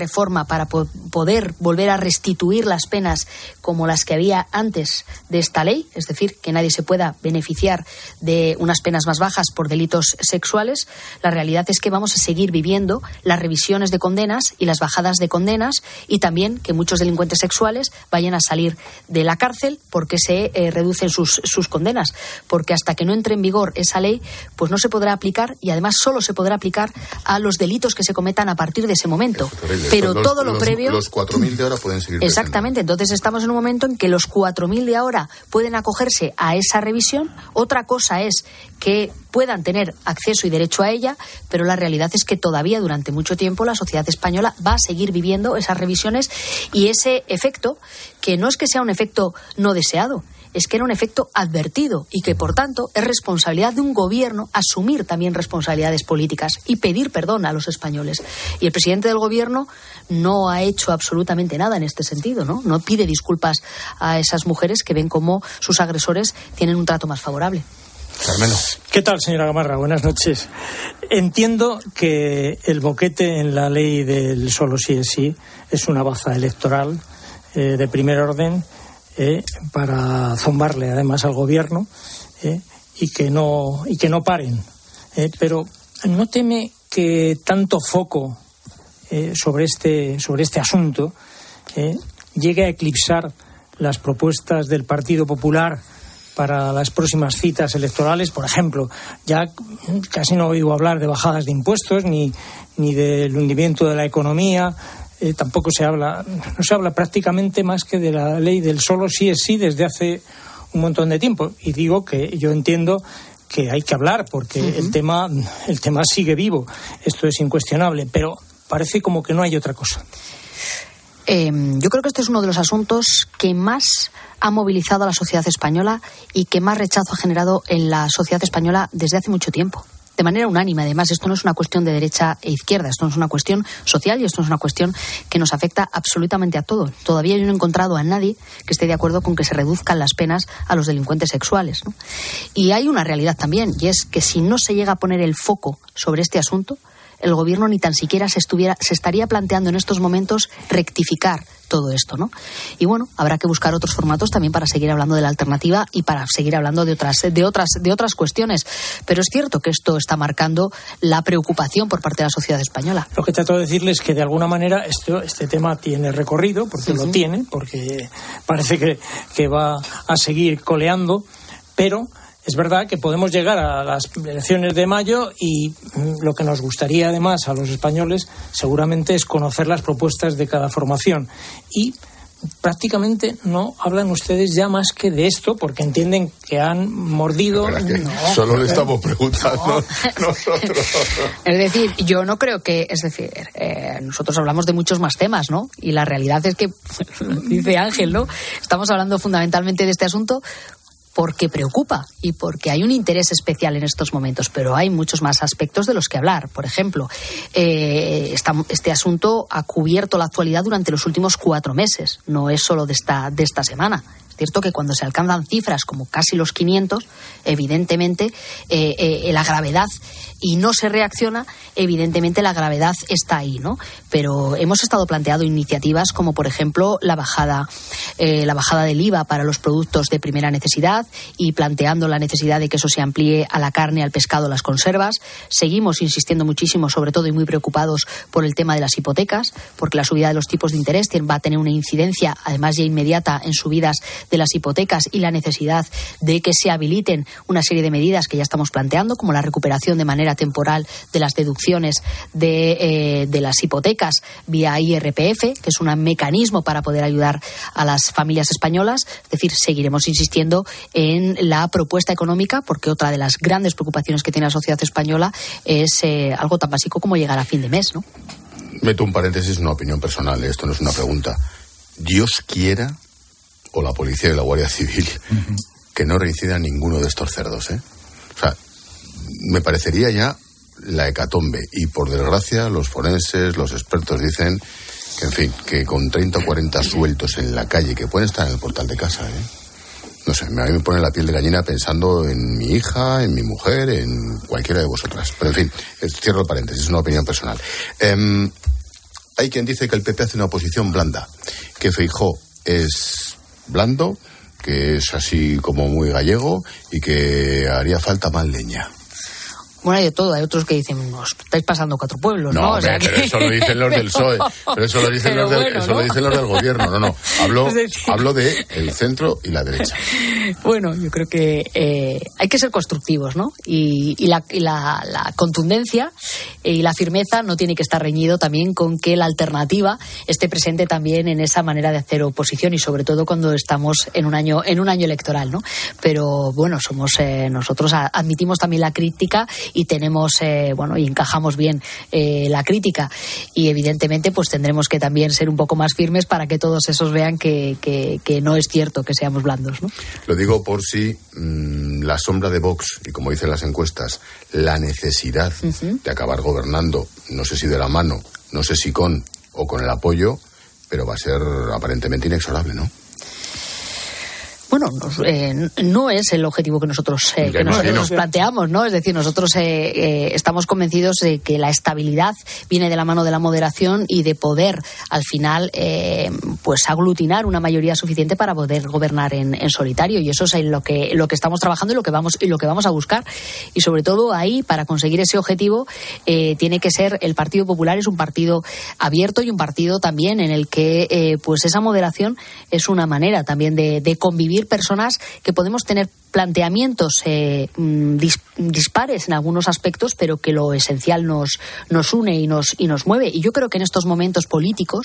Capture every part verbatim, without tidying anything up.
reforma para po- poder volver a restituir las penas como las que había antes de esta ley, es decir, que nadie se pueda beneficiar de unas penas más bajas por delitos sexuales, la realidad es que vamos a seguir viviendo las revisiones de condenas y las bajadas de condenas, y también que muchos delincuentes sexuales vayan a salir de la cárcel porque se eh, reducen sus, sus condenas, porque hasta que no entre en vigor esa ley, pues no se podrá aplicar, y además solo se podrá aplicar a los delitos que se cometan a partir de ese momento. Pero los, todo lo los, previo... Los cuatro mil de ahora pueden seguir. Exactamente, presentando. entonces estamos en un momento en que los cuatro mil de ahora pueden acogerse a esa revisión. Otra cosa es que puedan tener acceso y derecho a ella, pero la realidad es que todavía durante mucho tiempo la sociedad española va a seguir viviendo esas revisiones y ese efecto, que no es que sea un efecto no deseado, es que era un efecto advertido y que, por tanto, es responsabilidad de un gobierno asumir también responsabilidades políticas y pedir perdón a los españoles. Y el presidente del gobierno no ha hecho absolutamente nada en este sentido, ¿no? No pide disculpas a esas mujeres que ven cómo sus agresores tienen un trato más favorable. Carmelo. ¿Qué tal, señora Gamarra? Buenas noches. Entiendo que el boquete en la ley del solo sí es sí es una baza electoral eh, de primer orden, Eh, para zumbarle además al gobierno eh, y que no y que no paren, eh, pero ¿no teme que tanto foco eh, sobre este sobre este asunto eh, llegue a eclipsar las propuestas del Partido Popular para las próximas citas electorales? Por ejemplo, ya casi no oigo hablar de bajadas de impuestos ni ni del hundimiento de la economía. Eh, tampoco se habla, no se habla prácticamente más que de la ley del solo sí es sí desde hace un montón de tiempo. Y digo que yo entiendo que hay que hablar porque uh-huh. el tema, el tema sigue vivo. Esto es incuestionable, pero parece como que no hay otra cosa. Eh, yo creo que este es uno de los asuntos que más ha movilizado a la sociedad española y que más rechazo ha generado en la sociedad española desde hace mucho tiempo. De manera unánime, además, esto no es una cuestión de derecha e izquierda, esto no es una cuestión social y esto no es una cuestión que nos afecta absolutamente a todos. Todavía yo no he encontrado a nadie que esté de acuerdo con que se reduzcan las penas a los delincuentes sexuales, ¿no? Y hay una realidad también, y es que si no se llega a poner el foco sobre este asunto, el gobierno ni tan siquiera se estuviera, se estaría planteando en estos momentos rectificar todo esto, ¿no? Y bueno, habrá que buscar otros formatos también para seguir hablando de la alternativa y para seguir hablando de otras, de otras, de otras cuestiones. Pero es cierto que esto está marcando la preocupación por parte de la sociedad española. Lo que trato de decirles es que de alguna manera esto, este tema tiene recorrido, porque sí, lo sí. tiene, porque parece que, que va a seguir coleando, pero es verdad que podemos llegar a las elecciones de mayo y lo que nos gustaría además a los españoles seguramente es conocer las propuestas de cada formación. Y prácticamente no hablan ustedes ya más que de esto porque entienden que han mordido. No, solo le estamos preguntando no. nosotros. Es decir, yo no creo que, es decir, eh, nosotros hablamos de muchos más temas, ¿no? Y la realidad es que, dice Ángel, ¿no? Estamos hablando fundamentalmente de este asunto porque preocupa y porque hay un interés especial en estos momentos, pero hay muchos más aspectos de los que hablar. Por ejemplo, eh, esta, este asunto ha cubierto la actualidad durante los últimos cuatro meses, no es solo de esta, de esta semana. Es cierto que cuando se alcanzan cifras como casi los quinientos, evidentemente eh, eh, la gravedad, y no se reacciona, evidentemente la gravedad está ahí, ¿no? Pero hemos estado planteando iniciativas como, por ejemplo, la bajada, eh, la bajada del I V A para los productos de primera necesidad y planteando la necesidad de que eso se amplíe a la carne, al pescado, a las conservas. Seguimos insistiendo muchísimo, sobre todo, y muy preocupados por el tema de las hipotecas, porque la subida de los tipos de interés va a tener una incidencia, además ya inmediata, en subidas de las hipotecas y la necesidad de que se habiliten una serie de medidas que ya estamos planteando, como la recuperación de manera temporal de las deducciones de, eh, de las hipotecas vía I R P F, que es un mecanismo para poder ayudar a las familias españolas. Es decir, seguiremos insistiendo en la propuesta económica, porque otra de las grandes preocupaciones que tiene la sociedad española es eh, algo tan básico como llegar a fin de mes, ¿no? Meto un paréntesis, una opinión personal, esto no es una pregunta. Dios quiera, o la policía y la Guardia Civil, uh-huh. que no reincida ninguno de estos cerdos, ¿eh? O sea, me parecería ya la hecatombe. Y por desgracia, los forenses, los expertos dicen que, en fin, que con treinta o cuarenta sueltos en la calle, que pueden estar en el portal de casa, ¿eh? No sé, a mí me pone la piel de gallina pensando en mi hija, en mi mujer, en cualquiera de vosotras. Pero, en fin, cierro el paréntesis, es una opinión personal. Eh, hay quien dice que el P P hace una oposición blanda, que Feijóo es blando, que es así como muy gallego y que haría falta más leña. Bueno, hay de todo. Hay otros que dicen, nos estáis pasando cuatro pueblos, ¿no? No, o sea, pero que... eso lo dicen los del P S O E. Pero eso lo dicen, los, del, bueno, eso ¿no? lo dicen los del gobierno. No, no. Hablo, es decir... hablo de el centro y la derecha. Bueno, yo creo que eh, hay que ser constructivos, ¿no? Y, y, la, y la, la contundencia y la firmeza no tiene que estar reñido también con que la alternativa esté presente también en esa manera de hacer oposición, y sobre todo cuando estamos en un año en un año electoral, ¿no? Pero bueno, somos eh, nosotros admitimos también la crítica y tenemos, eh, bueno, y encajamos bien eh, la crítica, y evidentemente pues tendremos que también ser un poco más firmes para que todos esos vean que, que, que no es cierto que seamos blandos, ¿no? Lo digo por si mmm, la sombra de Vox, y como dicen las encuestas, la necesidad uh-huh. de acabar gobernando, no sé si de la mano, no sé si con o con el apoyo, pero va a ser aparentemente inexorable, ¿no? Bueno, eh, no es el objetivo que nosotros, eh, que nosotros nos planteamos, ¿no? Es decir, nosotros eh, eh, estamos convencidos de que la estabilidad viene de la mano de la moderación y de poder, al final, eh, pues aglutinar una mayoría suficiente para poder gobernar en, en solitario. Y eso es en lo que, lo que estamos trabajando y lo que vamos, y lo que vamos a buscar. Y sobre todo ahí, para conseguir ese objetivo, eh, tiene que ser, el Partido Popular es un partido abierto y un partido también en el que, eh, pues esa moderación es una manera también de, de convivir personas que podemos tener planteamientos eh, dis, dispares en algunos aspectos, pero que lo esencial nos, nos une y nos, y nos mueve. Y yo creo que en estos momentos políticos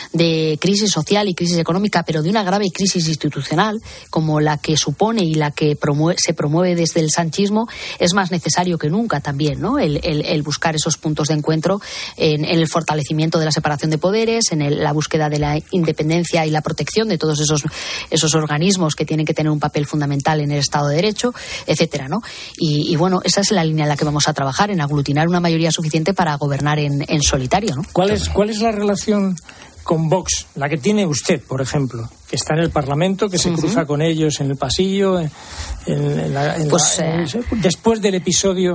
de crisis social y crisis económica, pero de una grave crisis institucional como la que supone y la que promueve, se promueve desde el sanchismo, es más necesario que nunca también, ¿no? El, el, el buscar esos puntos de encuentro en, en el fortalecimiento de la separación de poderes, en el, la búsqueda de la independencia y la protección de todos esos, esos organismos que tienen que tener un papel fundamental en el Estado de Derecho, etcétera, ¿no? Y, y bueno, esa es la línea en la que vamos a trabajar, en aglutinar una mayoría suficiente para gobernar en, en solitario, ¿no? ¿Cuál es, cuál es la relación con Vox, la que tiene usted, por ejemplo, que está en el Parlamento, que se uh-huh. cruza con ellos en el pasillo, en, en la, en pues, la, en, eh... después del episodio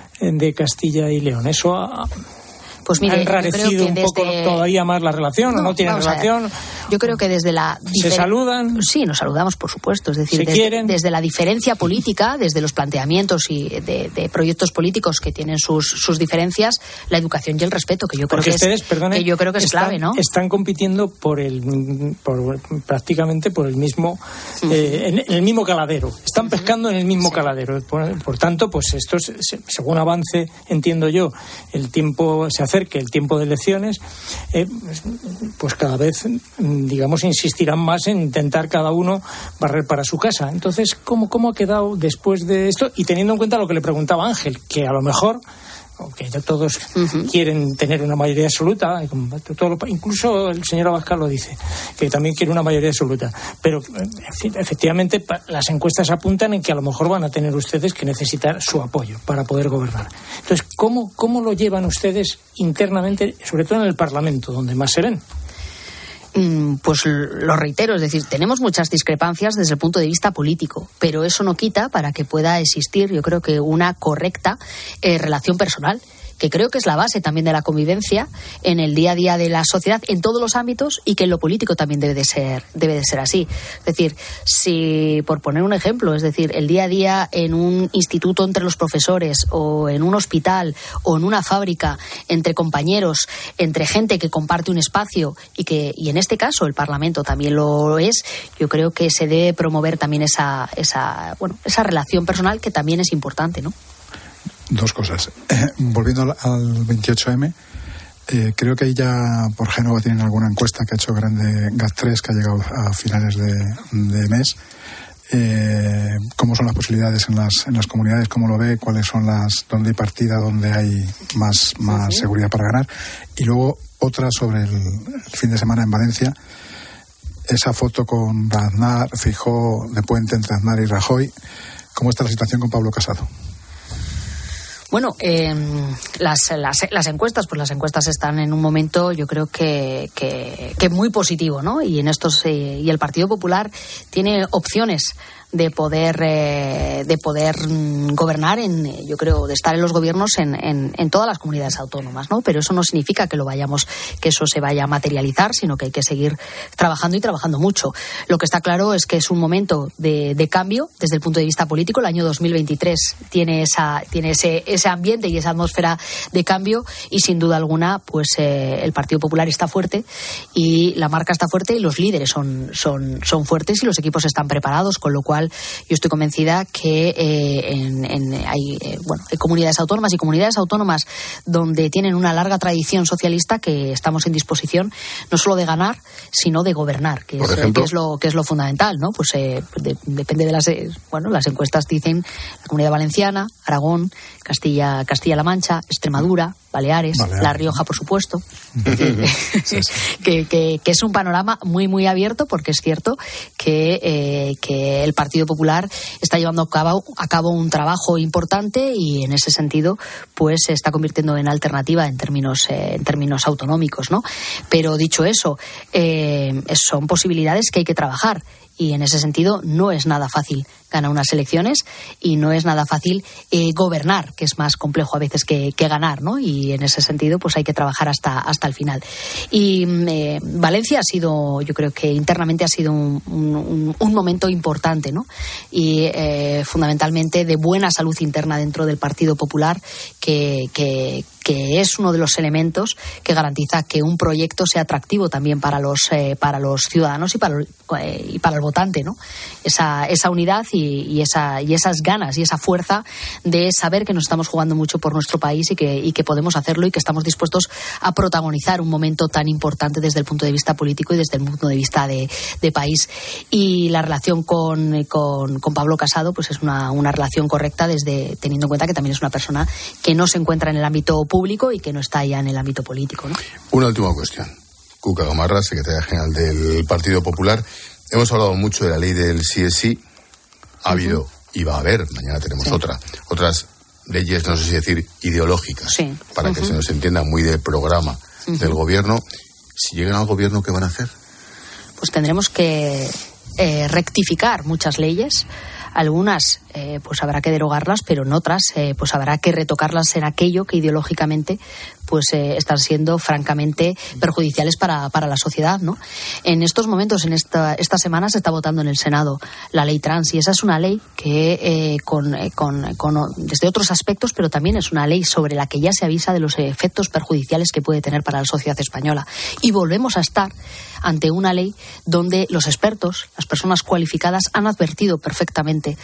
de Castilla y León? Eso ha... Pues mire, ¿ha enrarecido yo creo que un desde... poco todavía más la relación no, o no tienen relación? Yo creo que desde la... ¿Se saludan? Sí, nos saludamos, por supuesto. Es decir, ¿Se desde, quieren? desde la diferencia política, desde los planteamientos y de, de proyectos políticos que tienen sus, sus diferencias, la educación y el respeto, que yo creo Porque que ustedes, es, perdone, que yo creo que es están, clave, ¿no? Están compitiendo por el, por, prácticamente por el mismo, uh-huh. eh, en, en el mismo caladero. Están uh-huh. pescando en el mismo sí. caladero. Por, por tanto, pues esto, es, según avance, entiendo yo, el tiempo se acerque, el tiempo de elecciones, eh, pues cada vez, digamos, insistirán más en intentar cada uno barrer para su casa. Entonces, ¿cómo, cómo ha quedado después de esto? Y teniendo en cuenta lo que le preguntaba Ángel, que a lo mejor, aunque ya todos uh-huh. quieren tener una mayoría absoluta, incluso el señor Abascal lo dice, que también quiere una mayoría absoluta, pero efectivamente las encuestas apuntan en que a lo mejor van a tener ustedes que necesitar su apoyo para poder gobernar. Entonces, ¿cómo, cómo lo llevan ustedes internamente, sobre todo en el Parlamento, donde más se ven? Pues lo reitero, es decir, tenemos muchas discrepancias desde el punto de vista político, pero eso no quita para que pueda existir, yo creo que una correcta eh, relación personal, que creo que es la base también de la convivencia en el día a día de la sociedad, en todos los ámbitos, y que en lo político también debe de ser, debe de ser así. Es decir, si, por poner un ejemplo, es decir, el día a día en un instituto entre los profesores, o en un hospital, o en una fábrica, entre compañeros, entre gente que comparte un espacio, y que, y en este caso el Parlamento también lo es, yo creo que se debe promover también esa, esa, bueno, esa relación personal, que también es importante, ¿no? Dos cosas. Eh, volviendo al, al veintiocho eme, eh, creo que ahí ya por Génova tienen alguna encuesta que ha hecho grande GAT tres, que ha llegado a finales de, de mes. Eh, ¿Cómo son las posibilidades en las, en las comunidades? ¿Cómo lo ve? ¿Cuáles son las, dónde hay partida, dónde hay más, más sí. seguridad para ganar? Y luego otra sobre el, el fin de semana en Valencia. Esa foto con Aznar, Feijóo, de puente entre Aznar y Rajoy. ¿Cómo está la situación con Pablo Casado? Bueno, eh, las, las, las encuestas, pues las encuestas están en un momento, yo creo que, que, que muy positivo, ¿no? Y en estos eh, y el Partido Popular tiene opciones de poder eh, de poder mm, gobernar en, yo creo, de estar en los gobiernos en, en, en todas las comunidades autónomas, ¿no? Pero eso no significa que lo vayamos, que eso se vaya a materializar, sino que hay que seguir trabajando y trabajando mucho. Lo que está claro es que es un momento de, de cambio desde el punto de vista político. El año dos mil veintitrés tiene esa tiene ese ese ambiente y esa atmósfera de cambio, y sin duda alguna, pues eh, el Partido Popular está fuerte y la marca está fuerte y los líderes son son son fuertes y los equipos están preparados, con lo cual yo estoy convencida que eh, en, en, hay, eh, bueno, hay comunidades autónomas y comunidades autónomas donde tienen una larga tradición socialista que estamos en disposición no solo de ganar, sino de gobernar, que, es, que es lo que es lo fundamental, ¿no? Pues eh, de, depende de las eh, bueno, las encuestas dicen la Comunidad Valenciana, Aragón, Castilla, Castilla-La Mancha, Extremadura, Baleares, Baleares, La Rioja, por supuesto. Sí, sí. que, que, que es un panorama muy, muy abierto, porque es cierto que, eh, que el Partido Popular está llevando a cabo, a cabo un trabajo importante y en ese sentido pues se está convirtiendo en alternativa en términos, eh, en términos autonómicos, ¿no? Pero dicho eso, eh, son posibilidades que hay que trabajar. Y en ese sentido no es nada fácil ganar unas elecciones y no es nada fácil eh, gobernar, que es más complejo a veces que, que ganar, ¿no? Y en ese sentido pues hay que trabajar hasta, hasta el final. Y eh, Valencia ha sido, yo creo que internamente ha sido un, un, un momento importante, ¿no? Y eh, fundamentalmente de buena salud interna dentro del Partido Popular, que, que que es uno de los elementos que garantiza que un proyecto sea atractivo también para los eh, para los ciudadanos y para, eh, y para el votante, ¿no? Esa, esa unidad y, y, esa, y esas ganas y esa fuerza de saber que nos estamos jugando mucho por nuestro país y que, y que podemos hacerlo y que estamos dispuestos a protagonizar un momento tan importante desde el punto de vista político y desde el punto de vista de, de país. Y la relación con, con, con Pablo Casado pues es una, una relación correcta, desde teniendo en cuenta que también es una persona que no se encuentra en el ámbito público público y que no está ya en el ámbito político, ¿no? Una última cuestión. Cuca Gamarra, secretaria general del Partido Popular. Hemos hablado mucho de la ley del sí es sí. Ha habido, uh-huh. y va a haber, mañana tenemos sí. otra, otras leyes, no sé si decir, ideológicas, sí. para uh-huh. que se nos entienda, muy de programa uh-huh. del gobierno. Si llegan al gobierno, ¿qué van a hacer? Pues tendremos que eh, rectificar muchas leyes. Algunas eh, pues habrá que derogarlas, pero en otras eh, pues habrá que retocarlas en aquello que ideológicamente pues eh, están siendo francamente perjudiciales para, para la sociedad, ¿no? En estos momentos, en esta, esta semana se está votando en el Senado la ley trans, y esa es una ley que eh, con, eh, con, con desde otros aspectos, pero también es una ley sobre la que ya se avisa de los efectos perjudiciales que puede tener para la sociedad española. Y volvemos a estar ante una ley donde los expertos, las personas cualificadas, han advertido perfectamente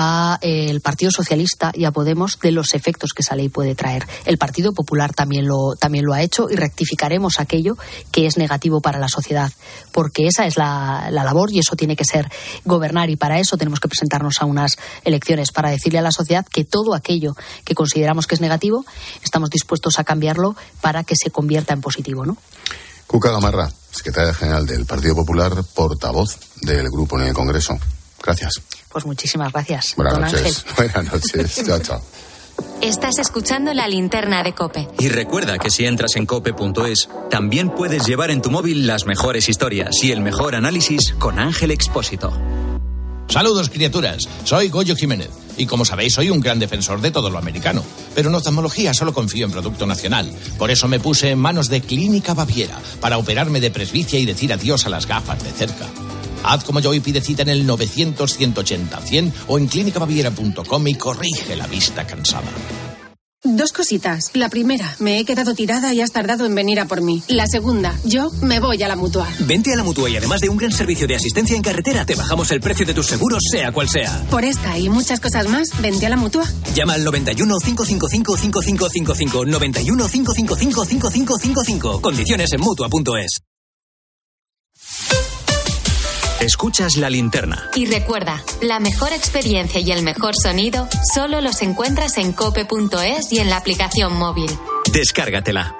a eh, el Partido Socialista y a Podemos de los efectos que esa ley puede traer. El Partido Popular también lo, también lo ha hecho, y rectificaremos aquello que es negativo para la sociedad, porque esa es la, la labor, y eso tiene que ser gobernar, y para eso tenemos que presentarnos a unas elecciones, para decirle a la sociedad que todo aquello que consideramos que es negativo estamos dispuestos a cambiarlo para que se convierta en positivo, ¿no? Cuca Gamarra, secretaria general del Partido Popular, portavoz del grupo en el Congreso. Gracias. Pues muchísimas gracias. Buenas don noches. Ángel. Buenas noches. Chao, chao. Estás escuchando La Linterna de COPE. Y recuerda que si entras en cope punto es, también puedes llevar en tu móvil las mejores historias y el mejor análisis con Ángel Expósito. Saludos, criaturas. Soy Goyo Jiménez. Y como sabéis, soy un gran defensor de todo lo americano. Pero en oftalmología solo confío en producto nacional. Por eso me puse en manos de Clínica Baviera para operarme de presbicia y decir adiós a las gafas de cerca. Haz como yo y pide cita en el novecientos, ciento ochenta, cien o en clínica baviera punto com y corrige la vista cansada. Dos cositas. La primera, me he quedado tirada y has tardado en venir a por mí. La segunda, yo me voy a la Mutua. Vente a la Mutua y además de un gran servicio de asistencia en carretera, te bajamos el precio de tus seguros, sea cual sea. Por esta y muchas cosas más, vente a la Mutua. Llama al noventa y uno, cinco cinco cinco, cinco cinco cinco cinco, noventa y uno, cinco cinco cinco, cinco cinco cinco cinco. Condiciones en mutua punto es. Escuchas La Linterna. Y recuerda, la mejor experiencia y el mejor sonido solo los encuentras en cope punto es y en la aplicación móvil. Descárgatela.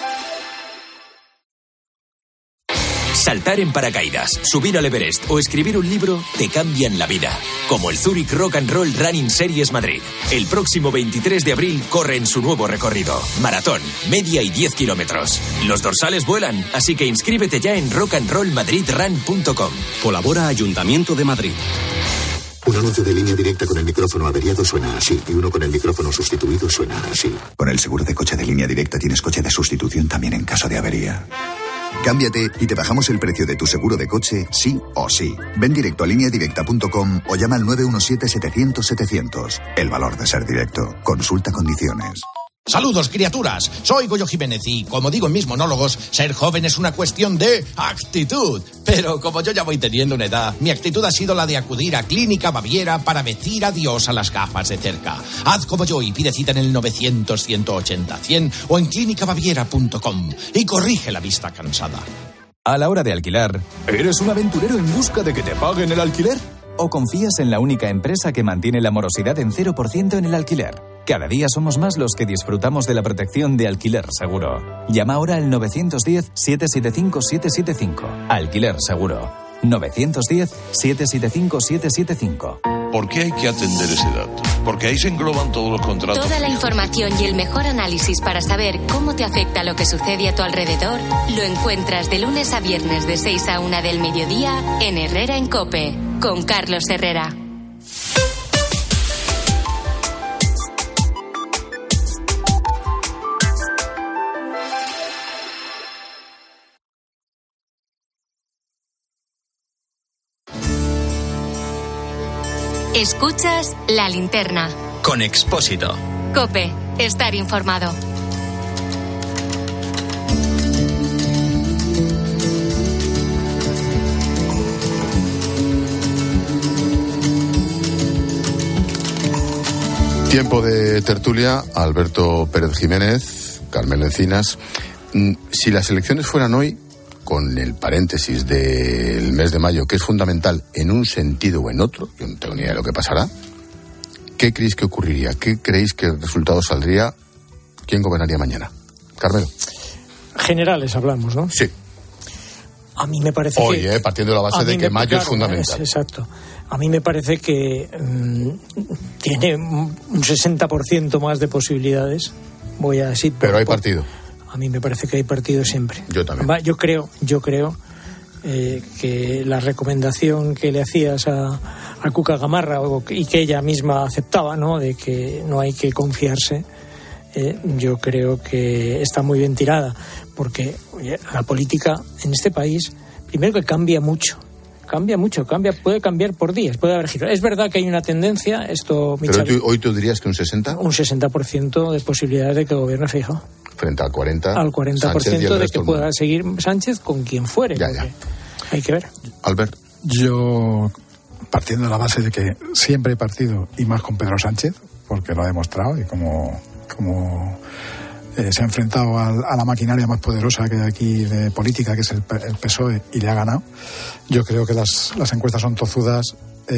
Saltar en paracaídas, subir al Everest o escribir un libro te cambian la vida. Como el Zurich Rock and Roll Running Series Madrid. El próximo veintitrés de abril corre en su nuevo recorrido. Maratón, media y diez kilómetros. Los dorsales vuelan, así que inscríbete ya en rock and roll madrid run punto com. Colabora Ayuntamiento de Madrid. Un anuncio de Línea Directa con el micrófono averiado suena así, y uno con el micrófono sustituido suena así. Con el seguro de coche de Línea Directa tienes coche de sustitución también en caso de avería. Cámbiate y te bajamos el precio de tu seguro de coche, sí o sí. Ven directo a línea directa punto com o llama al nueve uno siete, setecientos, setecientos. El valor de ser directo. Consulta condiciones. Saludos, criaturas. Soy Goyo Jiménez y, como digo en mis monólogos, ser joven es una cuestión de actitud. Pero como yo ya voy teniendo una edad, mi actitud ha sido la de acudir a Clínica Baviera para decir adiós a las gafas de cerca. Haz como yo y pide cita en el novecientos, ciento ochenta, cien o en clínica baviera punto com y corrige la vista cansada. A la hora de alquilar, ¿eres un aventurero en busca de que te paguen el alquiler? ¿O confías en la única empresa que mantiene la morosidad en cero por ciento en el alquiler? Cada día somos más los que disfrutamos de la protección de Alquiler Seguro. Llama ahora al nueve uno cero, siete siete cinco, siete siete cinco. Alquiler Seguro. nueve uno cero, siete siete cinco, siete siete cinco. ¿Por qué hay que atender ese dato? Porque ahí se engloban todos los contratos. Toda la información y el mejor análisis para saber cómo te afecta lo que sucede a tu alrededor lo encuentras de lunes a viernes de seis a una del mediodía en Herrera en COPE, con Carlos Herrera. Escuchas La Linterna. Con Expósito. COPE. Estar informado. Tiempo de tertulia. Alberto Pérez Jiménez, Carmelo Encinas. Si las elecciones fueran hoy, con el paréntesis del mes de mayo, que es fundamental en un sentido o en otro, yo no tengo ni idea de lo que pasará, ¿qué creéis que ocurriría? ¿Qué creéis que el resultado saldría? ¿Quién gobernaría mañana? Carmelo. Generales hablamos, ¿no? Sí. A mí me parece Hoy, que... eh, partiendo de la base de que me, mayo claro, es fundamental. Es, exacto. A mí me parece que mmm, tiene un sesenta por ciento más de posibilidades. Voy a decir... Pero por, hay por, partido. A mí me parece que hay partido siempre. Yo también. Yo creo, yo creo eh, que la recomendación que le hacías a, a Cuca Gamarra o, y que ella misma aceptaba, ¿no?, de que no hay que confiarse, eh, yo creo que está muy bien tirada, porque oye, la política en este país, primero que cambia mucho. Cambia mucho, cambia, puede cambiar por días, puede haber giros. Es verdad que hay una tendencia, esto... Pero hoy, hoy tú dirías que un sesenta? Un sesenta por ciento de posibilidades de que gobierne Feijóo. Frente al cuarenta Al cuarenta por ciento de que pueda seguir Sánchez con quien fuere. Ya, ya. Hay que ver. Albert. Yo, partiendo de la base de que siempre hay partido, y más con Pedro Sánchez, porque lo ha demostrado, y como... como Eh, se ha enfrentado al, a la maquinaria más poderosa que hay aquí de política, que es el, el P S O E, y le ha ganado. Yo creo que las, las encuestas son tozudas,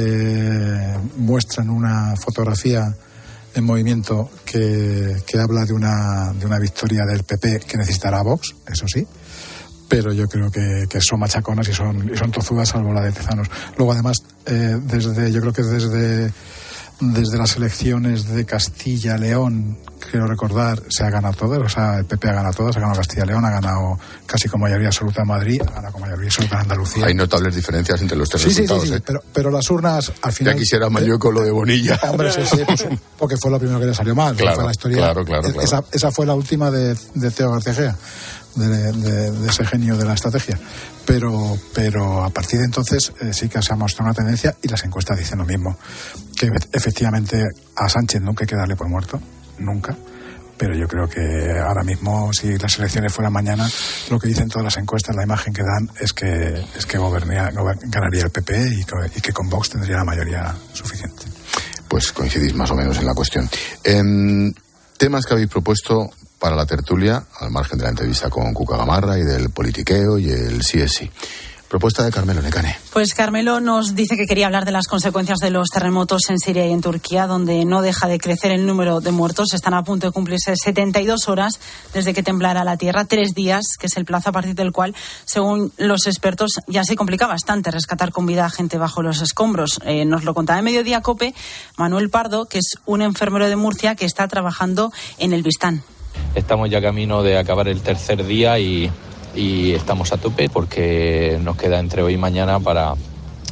eh, muestran una fotografía en movimiento que, que habla de una, de una victoria del P P que necesitará Vox, eso sí, pero yo creo que, que son machaconas y son, y son tozudas, salvo la de Tezanos. Luego, además, eh, desde yo creo que desde... Desde las elecciones de Castilla-León, quiero recordar, se ha ganado todas, o sea, el P P ha ganado todas, ha ganado Castilla-León, ha ganado casi con mayoría absoluta en Madrid, ha ganado con mayoría absoluta en Andalucía. Hay notables diferencias entre los tres sí, resultados, sí, sí, sí, ¿eh? pero, pero las urnas, al final... Ya quisiera Mayo con lo de Bonilla. Hombre, sí, sí, pues, porque fue lo primero que le salió mal. Claro, fue la historia, claro, claro, claro. Esa, esa fue la última de, de Teo García Gea, de, de, de ese genio de la estrategia. Pero, pero a partir de entonces eh, sí que se ha mostrado una tendencia, y las encuestas dicen lo mismo, que efectivamente a Sánchez nunca hay que darle por muerto, nunca, pero yo creo que ahora mismo, si las elecciones fueran mañana, lo que dicen todas las encuestas, la imagen que dan es que es que gobernaría, ganaría el P P y que, y que con Vox tendría la mayoría suficiente. Pues coincidís más o menos en la cuestión. Eh, temas que habéis propuesto para la tertulia, al margen de la entrevista con Cuca Gamarra y del politiqueo y el sí es sí. Propuesta de Carmelo Necane. Pues Carmelo nos dice que quería hablar de las consecuencias de los terremotos en Siria y en Turquía, donde no deja de crecer el número de muertos. Están a punto de cumplirse setenta y dos horas desde que temblara la tierra, tres días, que es el plazo a partir del cual, según los expertos, ya se complica bastante rescatar con vida a gente bajo los escombros. Eh, nos lo contaba en Mediodía COPE Manuel Pardo, que es un enfermero de Murcia que está trabajando en el Bistán. Estamos ya camino de acabar el tercer día y... y estamos a tope porque nos queda entre hoy y mañana para,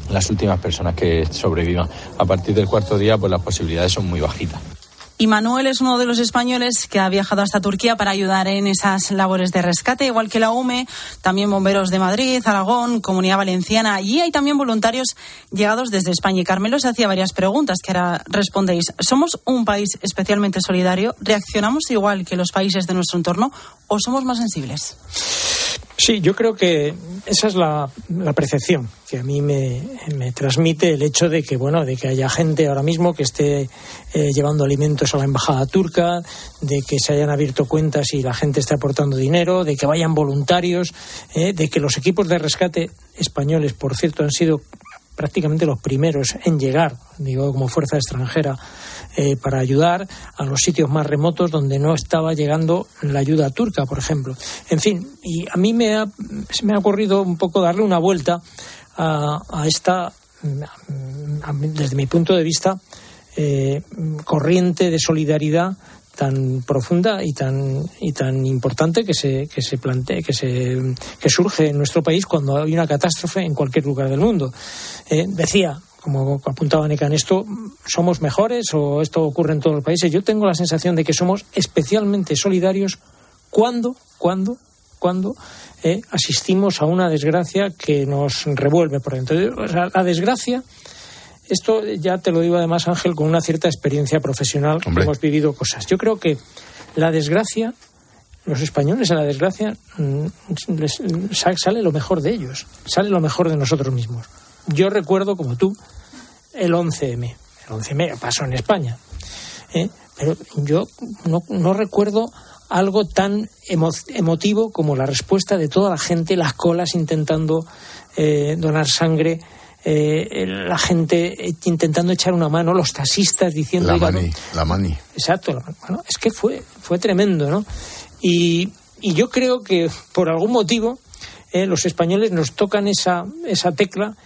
las últimas personas que sobrevivan. A partir del cuarto día, pues las posibilidades son muy bajitas. Y Manuel es uno de los españoles que ha viajado hasta Turquía para ayudar en esas labores de rescate, igual que la U M E, también bomberos de Madrid, Aragón, Comunidad Valenciana, y hay también voluntarios llegados desde España. Y Carmelo se hacía varias preguntas que ahora respondéis. ¿Somos un país especialmente solidario? ¿Reaccionamos igual que los países de nuestro entorno o somos más sensibles? Sí, yo creo que esa es la, la percepción que a mí me, me transmite el hecho de que, bueno, de que haya gente ahora mismo que esté eh, llevando alimentos a la embajada turca, de que se hayan abierto cuentas y la gente esté aportando dinero, de que vayan voluntarios, eh, de que los equipos de rescate españoles, por cierto, han sido prácticamente los primeros en llegar, digo, como fuerza extranjera, eh, para ayudar a los sitios más remotos donde no estaba llegando la ayuda turca, por ejemplo. En fin, y a mí me ha, me ha ocurrido un poco darle una vuelta a, a esta, a, desde mi punto de vista, eh, corriente de solidaridad tan profunda y tan y tan importante que se que se plantee que se que surge en nuestro país cuando hay una catástrofe en cualquier lugar del mundo. Eh, decía, como apuntaba Necan, esto somos mejores o esto ocurre en todos los países. Yo tengo la sensación de que somos especialmente solidarios cuando cuando cuando eh, asistimos a una desgracia que nos revuelve por dentro. O sea, la desgracia. Esto ya te lo digo además, Ángel, con una cierta experiencia profesional. Hombre. Hemos vivido cosas. Yo creo que la desgracia, los españoles a la desgracia, les sale lo mejor de ellos, sale lo mejor de nosotros mismos. Yo recuerdo, como tú, el once eme. El once eme pasó en España. ¿eh? Pero yo no, no recuerdo algo tan emo, emotivo como la respuesta de toda la gente, las colas intentando eh, donar sangre, Eh, la gente intentando echar una mano, los taxistas diciendo... La mani, la mani. Exacto, bueno, es que fue fue tremendo, ¿no? Y, y yo creo que por algún motivo eh, los españoles nos tocan esa, esa tecla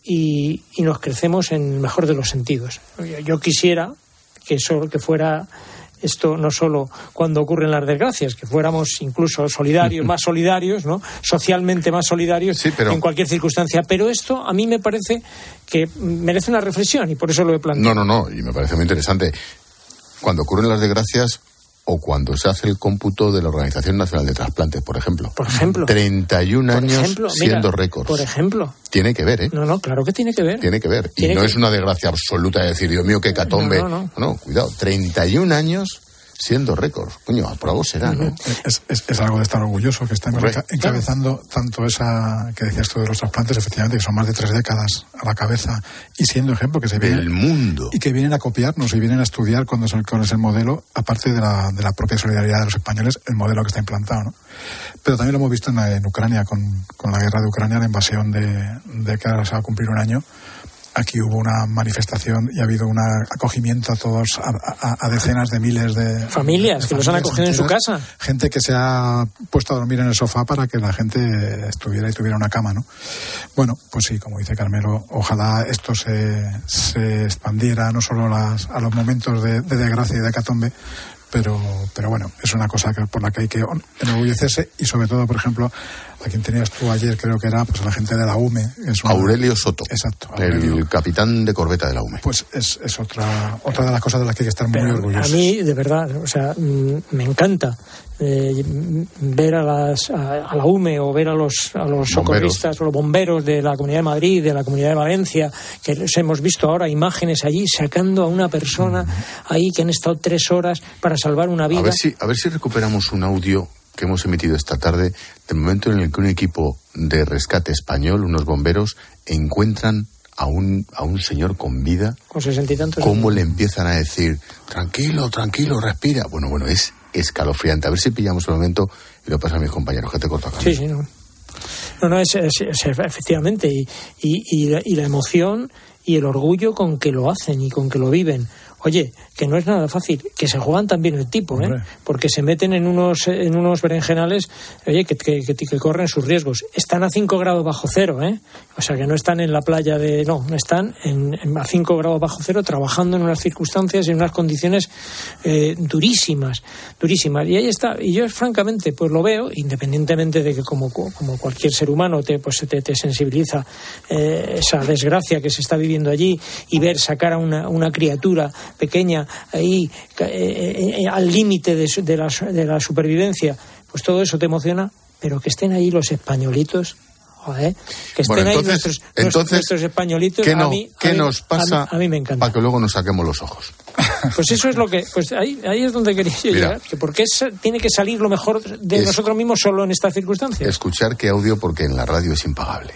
y, y nos crecemos en el mejor de los sentidos. Yo, yo quisiera que eso, que fuera... Esto no solo cuando ocurren las desgracias, que fuéramos incluso solidarios, más solidarios, ¿no? Socialmente más solidarios, sí, pero... en cualquier circunstancia. Pero esto a mí me parece que merece una reflexión y por eso lo he planteado. No, no, no, y me parece muy interesante. Cuando ocurren las desgracias o cuando se hace el cómputo de la Organización Nacional de Trasplantes, por ejemplo. Por ejemplo. treinta y un por años ejemplo, siendo mira, récords. Por ejemplo. Tiene que ver, ¿eh? No, no, claro que tiene que ver. Tiene que ver. Tiene y no que... es una desgracia absoluta de decir, Dios mío, qué catombe. No, no, no. no, cuidado, treinta y un años siendo récords. Coño, por algo será, ¿no? Es, es, es algo de estar orgulloso, que estamos enca- encabezando tanto esa que decías tú de los trasplantes, efectivamente, que son más de tres décadas a la cabeza y siendo ejemplo que se viene del mundo y que vienen a copiarnos y vienen a estudiar cuándo es el, cuál es el modelo, aparte de la, de la propia solidaridad de los españoles, el modelo que está implantado, ¿no? Pero también lo hemos visto en, la, en Ucrania, con, con la guerra de Ucrania, la invasión de, de que ahora se va a cumplir un año. Aquí hubo una manifestación y ha habido un acogimiento a todos, a, a, a decenas de miles de familias de que los han acogido enteras, en su casa. Gente que se ha puesto a dormir en el sofá para que la gente estuviera y tuviera una cama, ¿no? Bueno, pues sí, como dice Carmelo, ojalá esto se, se expandiera no solo las, a los momentos de, de desgracia y de hecatombe, pero pero bueno, es una cosa que, por la que hay que enorgullecerse y sobre todo, por ejemplo, a quien tenías tú ayer, creo que era pues la gente de la U M E. Es una... Aurelio Soto. Exacto. Aurelio. El capitán de corbeta de la U M E. Pues es, es otra otra de las cosas de las que hay que estar muy pero orgullosos. A mí, de verdad, o sea, me encanta eh, ver a, las, a, a la U M E o ver a los, a los socorristas o los bomberos de la Comunidad de Madrid, de la Comunidad de Valencia, que les hemos visto ahora imágenes allí sacando a una persona mm. ahí que han estado tres horas para salvar una vida. A ver si, a ver si recuperamos un audio que hemos emitido esta tarde del momento en el que un equipo de rescate español, unos bomberos, encuentran a un a un señor con vida. Con sesenta y tantos. ¿Cómo le empiezan a decir, tranquilo, tranquilo, respira? Bueno, bueno, es escalofriante. A ver si pillamos el momento y lo pasan a mis compañeros, que te corto acá. Sí, sí, no. No, no, es, es, es efectivamente. Y, y, y, la, y la emoción y el orgullo con que lo hacen y con que lo viven. Oye, que no es nada fácil, que se juegan también el tipo, ¿eh? Porque se meten en unos en unos berenjenales, oye, que, que, que, que corren sus riesgos. Están a cinco grados bajo cero, ¿eh? O sea, que no están en la playa de... No, están en, en, a cinco grados bajo cero trabajando en unas circunstancias, en unas condiciones eh, durísimas, durísimas. Y ahí está. Y yo, francamente, pues lo veo, independientemente de que como, como cualquier ser humano te, pues, te, te sensibiliza eh, esa desgracia que se está viviendo allí y ver sacar a una, una criatura pequeña ahí eh, eh, al límite de, de, la, de la supervivencia, pues todo eso te emociona, pero que estén ahí los españolitos, joder, que estén bueno, entonces, ahí nuestros, entonces, nuestros españolitos, ¿qué, no, a mí, ¿qué a mí, nos pasa a mí, a mí me encanta. Para que luego nos saquemos los ojos? Pues eso es lo que, pues ahí, ahí es donde quería yo llegar, que porque es, tiene que salir lo mejor de es, nosotros mismos solo en estas circunstancias. Escuchar qué audio, porque en la radio es impagable.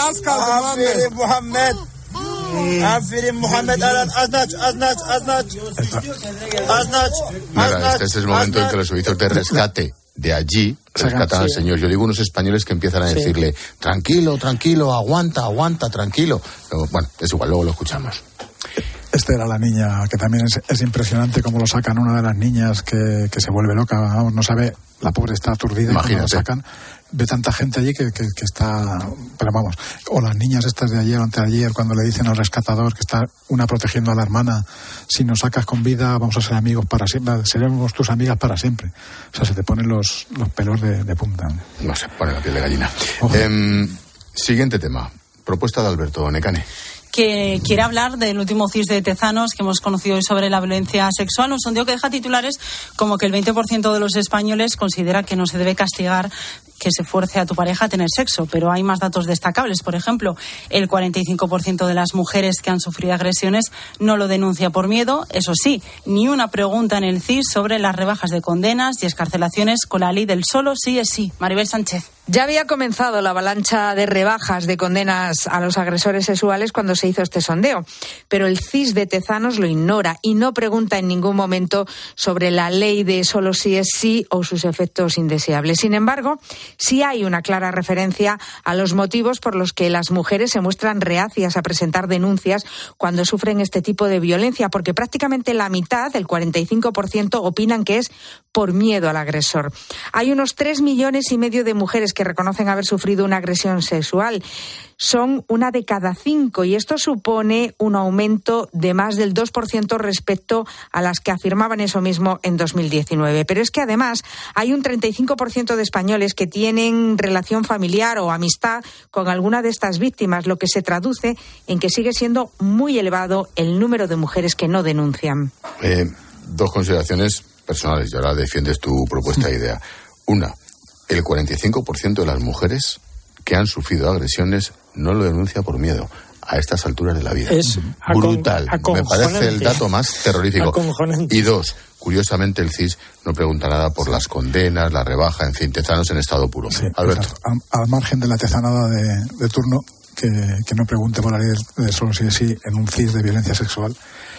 Nada, este es el momento en que los servicios de rescate de allí rescatan al señor. Yo digo unos españoles que empiezan a decirle, sí, tranquilo, tranquilo, aguanta, aguanta, tranquilo. Pero, bueno, es igual, luego lo escuchamos. Esta era la niña, que también es, es impresionante cómo lo sacan, una de las niñas que, que se vuelve loca, vamos, no sabe, la pobre está aturdida. Imagínate. Y cuando lo sacan, ve tanta gente allí que, que, que está, pero vamos, o las niñas estas de ayer o antes de ayer, cuando le dicen al rescatador que está una protegiendo a la hermana, si nos sacas con vida vamos a ser amigos para siempre, seremos tus amigas para siempre. O sea, se te ponen los, los pelos de, de punta. No se pone la piel de gallina. Eh, siguiente tema, propuesta de Alberto Necane, que quiere hablar del último C I S de Tezanos que hemos conocido hoy sobre la violencia sexual. Un sondeo que deja titulares como que el veinte por ciento de los españoles considera que no se debe castigar que se fuerce a tu pareja a tener sexo, pero hay más datos destacables. Por ejemplo, el cuarenta y cinco por ciento de las mujeres que han sufrido agresiones no lo denuncia por miedo. Eso sí, ni una pregunta en el C I S sobre las rebajas de condenas y excarcelaciones con la ley del solo sí es sí. Maribel Sánchez. Ya había comenzado la avalancha de rebajas de condenas a los agresores sexuales cuando se hizo este sondeo, pero el C I S de Tezanos lo ignora y no pregunta en ningún momento sobre la ley de solo sí es sí o sus efectos indeseables. Sin embargo, sí hay una clara referencia a los motivos por los que las mujeres se muestran reacias a presentar denuncias cuando sufren este tipo de violencia, porque prácticamente la mitad, el cuarenta y cinco por ciento, opinan que es por miedo al agresor. Hay unos tres millones y medio de mujeres que reconocen haber sufrido una agresión sexual. Son una de cada cinco y esto supone un aumento de más del dos por ciento respecto a las que afirmaban eso mismo en dos mil diecinueve. Pero es que además hay un treinta y cinco por ciento de españoles que tienen relación familiar o amistad con alguna de estas víctimas, lo que se traduce en que sigue siendo muy elevado el número de mujeres que no denuncian. Eh, dos consideraciones personales y ahora defiendes tu propuesta de idea. Una, el cuarenta y cinco por ciento de las mujeres que han sufrido agresiones no lo denuncia por miedo a estas alturas de la vida. Es brutal. Me parece el dato más terrorífico. Y dos, curiosamente el C I S no pregunta nada por las condenas, la rebaja, en fin, Tezanos en estado puro. Sí, Alberto. Al, al margen de la tezanada de, de turno, que, que no pregunte por la ley de, de solo sí es sí en un C I S de violencia sexual,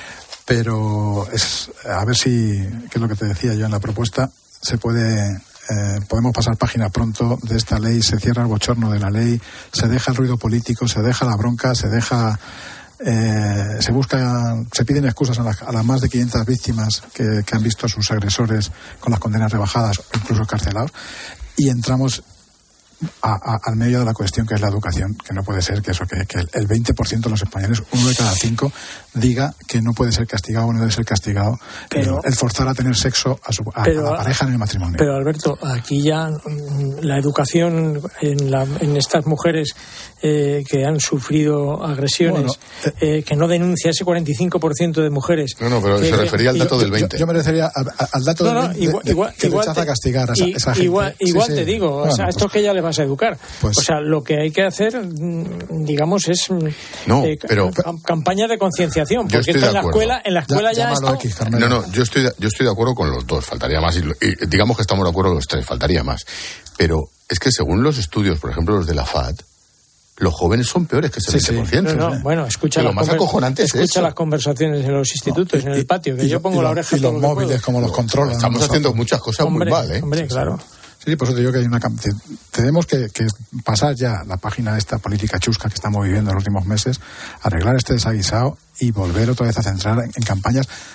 pero es a ver si, que es lo que te decía yo en la propuesta, se puede... Eh, podemos pasar página pronto de esta ley, se cierra el bochorno de la ley, se deja el ruido político, se deja la bronca, se deja, eh, se busca, se piden excusas a las, a las más de quinientas víctimas que, que han visto a sus agresores con las condenas rebajadas o incluso encarcelados, y entramos a, a, al medio de la cuestión, que es la educación, que no puede ser que eso, que, que el veinte por ciento de los españoles, uno de cada cinco, diga que no puede ser castigado o no debe ser castigado, pero, el forzar a tener sexo a, su, a, pero, a la pareja en el matrimonio. Pero Alberto, aquí ya la educación en, la, en estas mujeres eh, que han sufrido agresiones, bueno, eh, eh, que no denuncia ese cuarenta y cinco por ciento de mujeres. No, no, pero que, se refería al dato yo, del veinte. Yo, yo me refería al, al dato no, no, del veinte, de, igual, de, que igual rechaza te, castigar a esa, y, esa gente. Igual, igual sí, te sí. digo, bueno, o sea, pues, esto que ya le vas a educar. Pues, o sea, lo que hay que hacer, digamos, es no, eh, pero, campaña de concienciación, porque esto en la escuela, en la escuela ya, ya esto... X, no, no, yo estoy, yo estoy de acuerdo con los dos, faltaría más, y, y digamos que estamos de acuerdo los tres, faltaría más. Pero es que según los estudios, por ejemplo los de la F A D, los jóvenes son peores que ese sí, veinte por ciento. Sí. No, no, bueno, escucha, lo más conver- acojonante es escucha eso. las conversaciones en los institutos, no, y, en el patio, que y, yo pongo y la oreja y todo los lo móviles, puedo. como los controlan. Estamos nosotros. haciendo muchas cosas hombre, muy mal, ¿eh? Hombre, claro. Sí, por eso te digo que hay una tenemos que, que pasar ya la página de esta política chusca que estamos viviendo en los últimos meses, arreglar este desaguisado y volver otra vez a centrar en, en campañas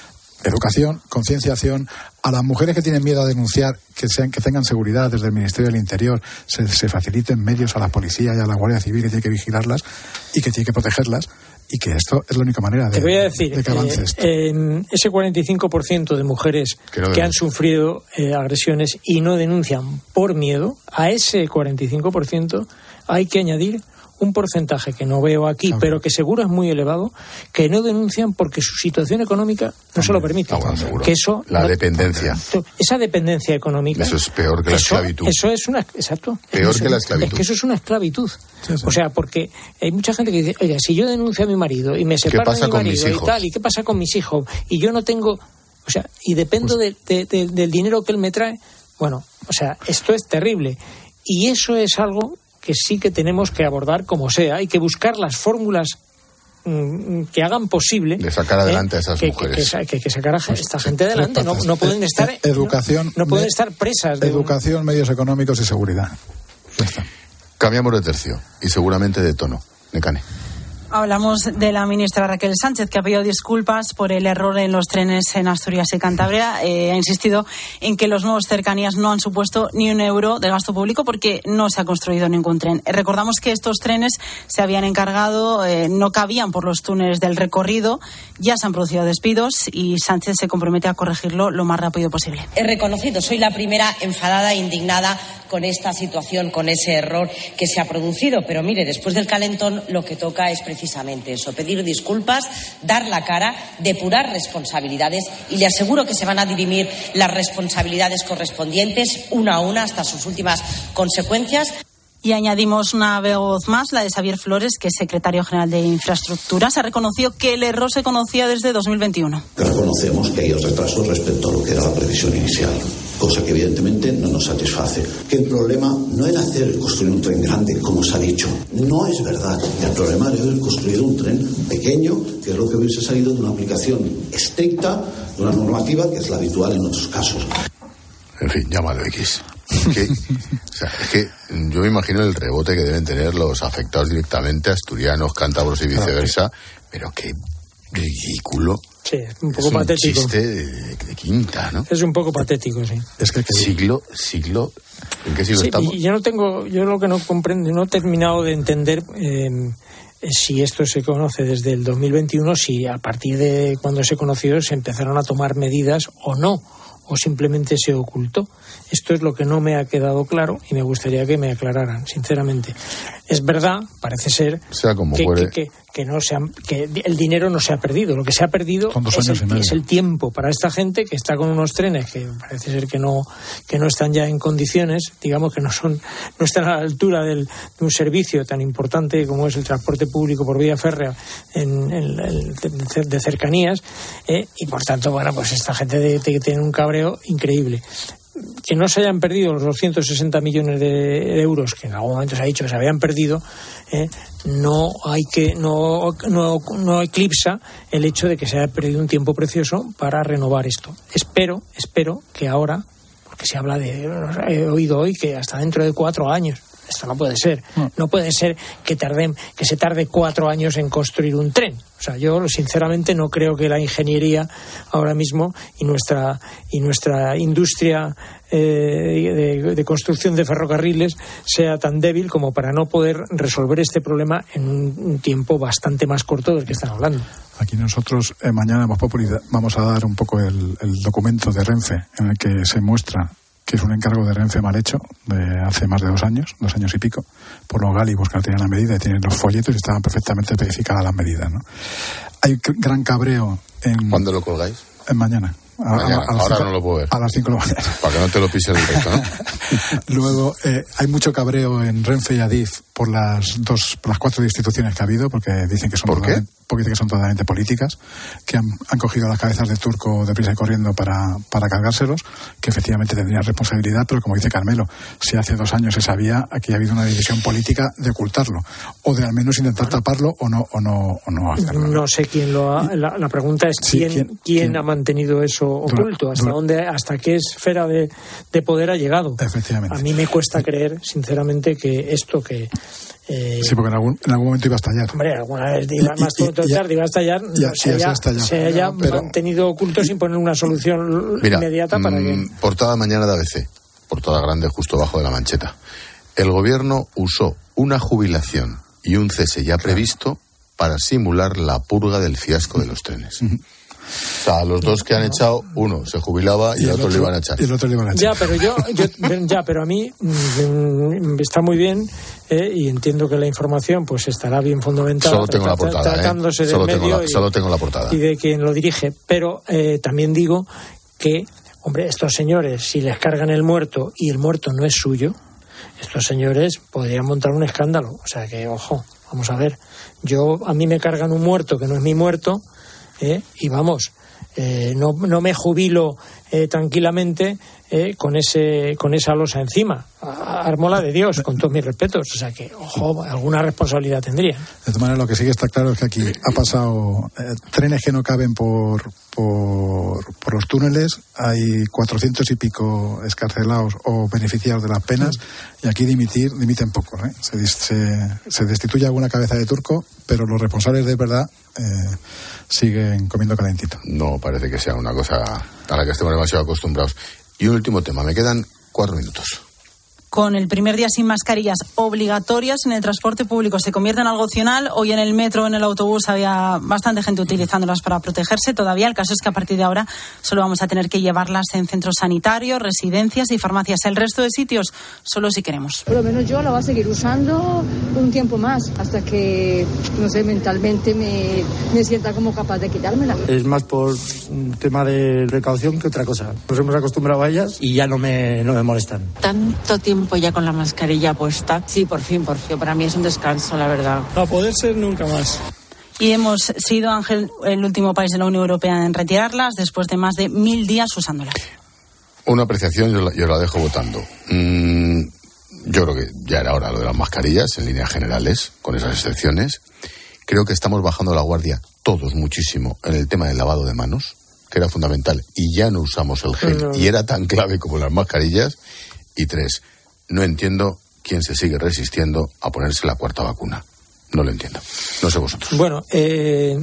educación, concienciación. A las mujeres que tienen miedo a denunciar, que sean, que tengan seguridad desde el Ministerio del Interior, se, se faciliten medios a la policía y a la Guardia Civil, que tiene que vigilarlas y que tiene que protegerlas, y que esto es la única manera de, Te voy a decir, de que avance eh, esto. Eh, ese cuarenta y cinco por ciento de mujeres que, no que han sufrido eh, agresiones y no denuncian por miedo, a ese cuarenta y cinco por ciento hay que añadir un porcentaje que no veo aquí, claro, pero que seguro es muy elevado, que no denuncian porque su situación económica no Hombre, se lo permite. Ah, bueno, que eso la no, dependencia. Esa dependencia económica. Eso es peor que la eso, esclavitud. Eso es una, exacto. Peor eso, que la esclavitud. Es que eso es una esclavitud. Sí, sí. O sea, porque hay mucha gente que dice, oiga, si yo denuncio a mi marido y me separo de mi marido y tal, ¿y qué pasa con mis hijos? Y yo no tengo, o sea, y dependo pues, de, de, de, del dinero que él me trae. Bueno, o sea, esto es terrible. Y eso es algo que sí que tenemos que abordar como sea. Hay que buscar las fórmulas mm, que hagan posible de sacar adelante eh, a esas que, mujeres. Que, que, que, que sacar a esta gente adelante. No, no pueden estar eh, educación, no, no pueden estar presas. De educación, un... medios económicos y seguridad. Ya está. Cambiamos de tercio y seguramente de tono. Necane. Hablamos de la ministra Raquel Sánchez, que ha pedido disculpas por el error en los trenes en Asturias y Cantabria. Eh, ha insistido en que los nuevos cercanías no han supuesto ni un euro de gasto público porque no se ha construido ningún tren. Eh, recordamos que estos trenes se habían encargado, eh, no cabían por los túneles del recorrido, ya se han producido despidos y Sánchez se compromete a corregirlo lo más rápido posible. He reconocido, soy la primera enfadada e indignada con esta situación, con ese error que se ha producido, pero mire, después del calentón lo que toca es precisamente eso, pedir disculpas, dar la cara, depurar responsabilidades y le aseguro que se van a dirimir las responsabilidades correspondientes una a una hasta sus últimas consecuencias. Y añadimos una voz más, la de Xavier Flores, que es secretario general de Infraestructuras. Ha reconocido que el error se conocía desde dos mil veintiuno. Reconocemos que hay retrasos respecto a lo que era la previsión inicial, cosa que evidentemente no nos satisface. Que el problema no era hacer construir un tren grande, como se ha dicho. No es verdad. El problema era haber construido un tren pequeño, que es lo que hubiese salido de una aplicación estricta de una normativa que es la habitual en otros casos. En fin, llámalo X. Que, o sea, es que yo me imagino el rebote que deben tener los afectados directamente, asturianos, cántabros y viceversa, pero qué ridículo. Sí, un poco es un patético. Chiste de, de quinta, ¿no? Es un poco patético, sí. Es que siglo, siglo, ¿en qué siglo sí, estamos? Y yo no tengo, yo lo que no comprendo, no he terminado de entender eh, si esto se conoce desde el dos mil veintiuno, si a partir de cuando se conoció se empezaron a tomar medidas o no, o simplemente se ocultó. Esto es lo que no me ha quedado claro y me gustaría que me aclararan, sinceramente. Es verdad, parece ser, sea como que, fuere. que, que, que, no se ha, que el dinero no se ha perdido. Lo que se ha perdido es el, es el tiempo para esta gente que está con unos trenes que parece ser que no, que no están ya en condiciones, digamos que no son, no están a la altura del, de un servicio tan importante como es el transporte público por vía férrea en, en, en, de cercanías, eh, y por tanto, bueno, pues esta gente de, de, tiene un cabreo increíble. Que no se hayan perdido los doscientos sesenta millones de euros que en algún momento se ha dicho que se habían perdido, eh, no hay que no, no, no eclipsa el hecho de que se haya perdido un tiempo precioso para renovar esto. Espero, espero que ahora, porque se habla de, he oído hoy que hasta dentro de cuatro años. Esto no puede ser. No puede ser que tarden, que se tarde cuatro años en construir un tren. O sea, yo sinceramente no creo que la ingeniería ahora mismo y nuestra y nuestra industria eh, de, de construcción de ferrocarriles sea tan débil como para no poder resolver este problema en un, un tiempo bastante más corto del que están hablando. Aquí nosotros eh, mañana vamos a dar un poco el, el documento de Renfe en el que se muestra que es un encargo de Renfe mal hecho de hace más de dos años, dos años y pico, por los gálibos que no tenían la medida y tienen los folletos y estaban perfectamente especificadas las medidas, ¿no? Hay gran cabreo en... ¿Cuándo lo colgáis? En mañana. A, mañana. A, a Ahora cinco, no lo puedo ver. A las cinco de la mañana. Para que no te lo pise el resto, ¿no? Luego, eh, hay mucho cabreo en Renfe y Adif por las dos, por las cuatro instituciones que ha habido, porque dicen que son ¿Por qué? Porque que son totalmente políticas, que han, han cogido las cabezas de Turco deprisa y corriendo para, para cargárselos, que efectivamente tendrían responsabilidad, pero como dice Carmelo, si hace dos años se sabía, aquí ha habido una decisión política de ocultarlo, o de al menos intentar taparlo o no o no, o no hacerlo. No sé quién lo ha... La, la pregunta es sí, quién, quién, quién, quién ha mantenido eso oculto, hasta dura, dónde, hasta qué esfera de, de poder ha llegado. Efectivamente. A mí me cuesta creer, sinceramente, que esto que, Eh, sí, porque en algún, en algún momento iba a estallar. Hombre, alguna vez iba, más y, y, tarde iba a estallar, ya, se, ya haya, se, se haya pero, mantenido oculto sin poner una solución mira, inmediata para que... Mmm, portada mañana de A B C, portada grande justo abajo de la mancheta. El gobierno usó una jubilación y un cese ya previsto para simular la purga del fiasco de los trenes. Uh-huh. O sea, los dos que han echado, uno se jubilaba y, y el, otro, otro le iban a echar. Y el otro le iban a echar. Ya, pero yo, yo ya, pero a mí mm, está muy bien eh, y entiendo que la información pues estará bien fundamentada. Solo tengo la portada, tratándose eh. del solo medio tengo la, y, solo tengo la portada. Y de quien lo dirige. Pero eh, también digo que, hombre, estos señores, si les cargan el muerto y el muerto no es suyo, estos señores podrían montar un escándalo. O sea que, ojo, vamos a ver. Yo, a mí me cargan un muerto que no es mi muerto. Eh, y vamos, eh, no, no me jubilo eh, tranquilamente eh, con ese con esa losa encima. Ármola de Dios, con todos mis respetos. O sea que, ojo, alguna responsabilidad tendría. De todas maneras, lo que sí que está claro es que aquí ha pasado eh, trenes que no caben por, por, por los túneles, hay cuatrocientos y pico escarcelados o beneficiados de las penas, y aquí dimitir, dimiten poco. ¿eh? Se, se, se destituye alguna cabeza de turco, pero los responsables de verdad eh, siguen comiendo calentito. No parece que sea una cosa a la que estemos demasiado acostumbrados. Y un último tema, me quedan cuatro minutos. Con el primer día sin mascarillas obligatorias en el transporte público se convierte en algo opcional. Hoy en el metro o en el autobús había bastante gente utilizándolas para protegerse. Todavía el caso es que a partir de ahora solo vamos a tener que llevarlas en centros sanitarios, residencias y farmacias. El resto de sitios solo si queremos. Por lo menos yo la voy a seguir usando un tiempo más hasta que, no sé, mentalmente me, me sienta como capaz de quitármela. Es más por un tema de precaución que otra cosa. Nos hemos acostumbrado a ellas y ya no me, no me molestan. Tanto tiempo ya con la mascarilla puesta. Sí, por fin, por fin. Para mí es un descanso, la verdad. A poder ser nunca más. Y hemos sido, Ángel, el último país de la Unión Europea en retirarlas después de más de mil días usándolas. Una apreciación, yo la, yo la dejo votando. Mm, yo creo que ya era hora lo de las mascarillas, en líneas generales, con esas excepciones. Creo que estamos bajando la guardia todos muchísimo en el tema del lavado de manos, que era fundamental, y ya no usamos el gel, no. Y era tan clave como las mascarillas. Y tres, no entiendo quién se sigue resistiendo a ponerse la cuarta vacuna. No lo entiendo. No sé vosotros. Bueno, eh,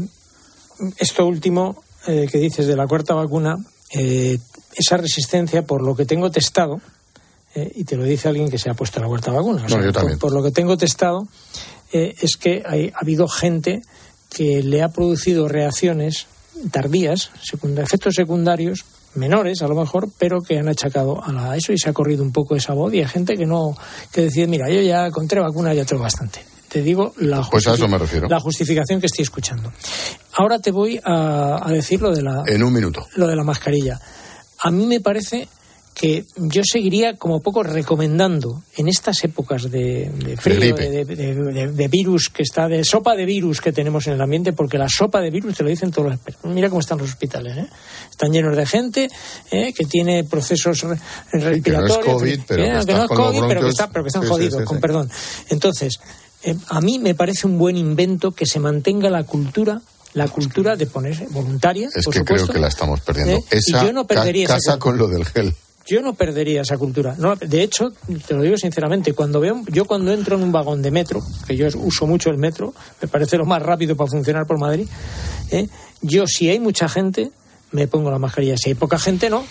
esto último eh, que dices de la cuarta vacuna, eh, esa resistencia, por lo que tengo testado, eh, y te lo dice alguien que se ha puesto la cuarta vacuna, o sea, no, yo también. Por, por lo que tengo testado, eh, es que hay, ha habido gente que le ha producido reacciones tardías, secund- efectos secundarios, menores a lo mejor, pero que han achacado a la, eso, y se ha corrido un poco esa voz, y hay gente que no, que decide, mira, yo ya con tres vacunas ya tengo bastante. Te digo la, pues a eso me refiero. La justificación que estoy escuchando. Ahora te voy a, a decir lo de la... En un minuto. Lo de la mascarilla. A mí me parece que yo seguiría como poco recomendando en estas épocas de, de frío, de, de, de, de, de virus que está, de sopa de virus que tenemos en el ambiente, porque la sopa de virus te lo dicen todos los expertos. Mira cómo están los hospitales, ¿eh? Están llenos de gente ¿eh? que tiene procesos respiratorios, que no es COVID, pero ¿eh? que, que no es COVID, bronquios, pero que, está, pero que están sí, jodidos, sí, sí, con sí. perdón. Entonces, eh, a mí me parece un buen invento que se mantenga la cultura. La cultura de ponerse voluntaria, es por que supuesto, creo que la estamos perdiendo. ¿eh? Esa y yo no perdería ca- esa casa con lo del gel. Yo no perdería esa cultura. No, de hecho, te lo digo sinceramente, cuando veo, yo cuando entro en un vagón de metro, que yo uso mucho el metro, me parece lo más rápido para funcionar por Madrid, ¿eh? Yo, si hay mucha gente, me pongo la mascarilla. Si hay poca gente, no.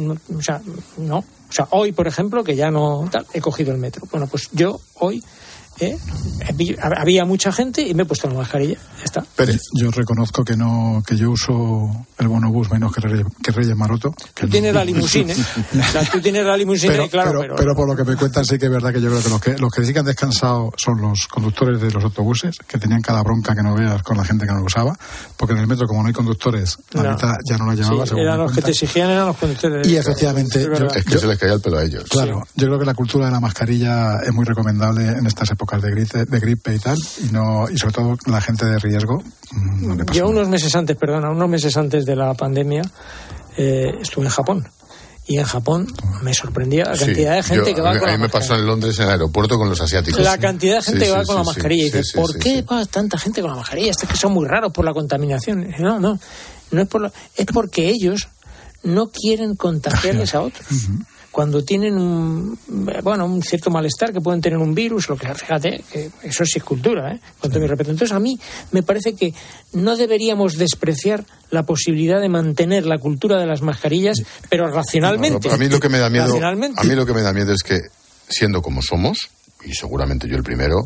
O sea, no. O sea, hoy, por ejemplo, que ya no tal, he cogido el metro. Bueno, pues yo hoy ¿eh? había mucha gente y me he puesto la mascarilla. Ya está. Pérez. Yo reconozco que no, que yo uso el bonobús menos que Reyes, que Reyes Maroto. Que tú no. tienes la limusina, ¿eh? O sea, tú tienes la limusina, pero, claro. Pero, pero, pero por lo que me cuentan sí que es verdad que yo creo que los que los que sí que han descansado son los conductores de los autobuses, que tenían cada bronca que no veas con la gente que no lo usaba, porque en el metro, como no hay conductores, la no. mitad ya no la llevaba. Sí, eran los que te exigían, eran los conductores. Y efectivamente, es, yo, es que yo, se les caía el pelo a ellos. Claro, sí. Yo creo que la cultura de la mascarilla es muy recomendable en estas épocas de gripe, de gripe y tal, y no, y sobre todo la gente de riesgo. No le pasa yo nada. unos meses antes, perdona, unos meses antes de la pandemia, eh, estuve en Japón. Y en Japón me sorprendía la cantidad sí, de gente yo, que va a mí, con a la mí me pasó en Londres en el aeropuerto con los asiáticos. La cantidad de gente sí, que va sí, con sí, la mascarilla. Sí, y dices, sí, ¿por sí, qué sí. va tanta gente con la mascarilla? Esto es que son muy raros por la contaminación. No, no. No es por la, es porque ellos no quieren contagiarles a otros. Uh-huh. cuando tienen un, bueno, un cierto malestar, que pueden tener un virus, lo que sea, fíjate, que eso sí es cultura, ¿eh? Con todo mi respeto. Entonces, a mí me parece que no deberíamos despreciar la posibilidad de mantener la cultura de las mascarillas, pero racionalmente. No, a mí lo que me da miedo, a mí lo que me da miedo es que, siendo como somos, y seguramente yo el primero,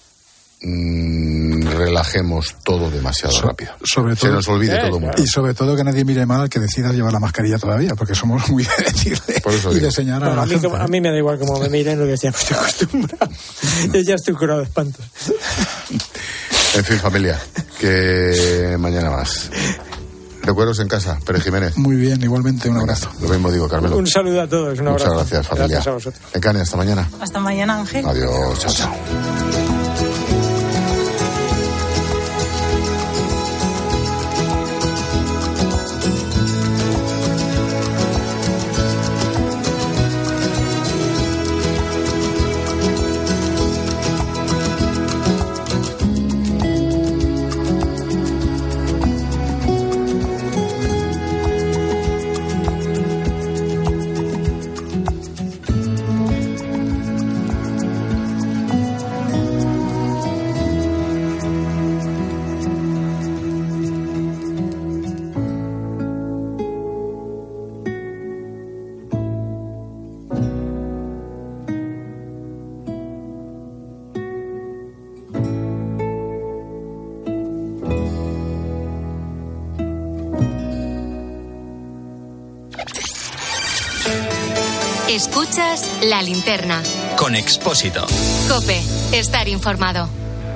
mmm, relajemos todo demasiado so, rápido. Sobre todo, se nos olvide eh, todo mucho. Y sobre todo que nadie mire mal al que decida llevar la mascarilla todavía, porque somos muy de decirle y digo. de señalar bueno, a la a mí, gente. Como, a mí me da igual como me miren, lo que decía, no estoy acostumbrado. Yo ya estoy curado de espantos. En fin, familia, que mañana más. Recuerdos en casa, Pérez Jiménez. Muy bien, igualmente, un abrazo. Lo mismo digo, Carmelo. Un saludo a todos, un Muchas abrazo. Muchas gracias, familia. Gracias a vosotros. Encane, hasta mañana. Hasta mañana, Ángel. Adiós, chao, chao. Escuchas La Linterna. Con Expósito. COPE. Estar informado.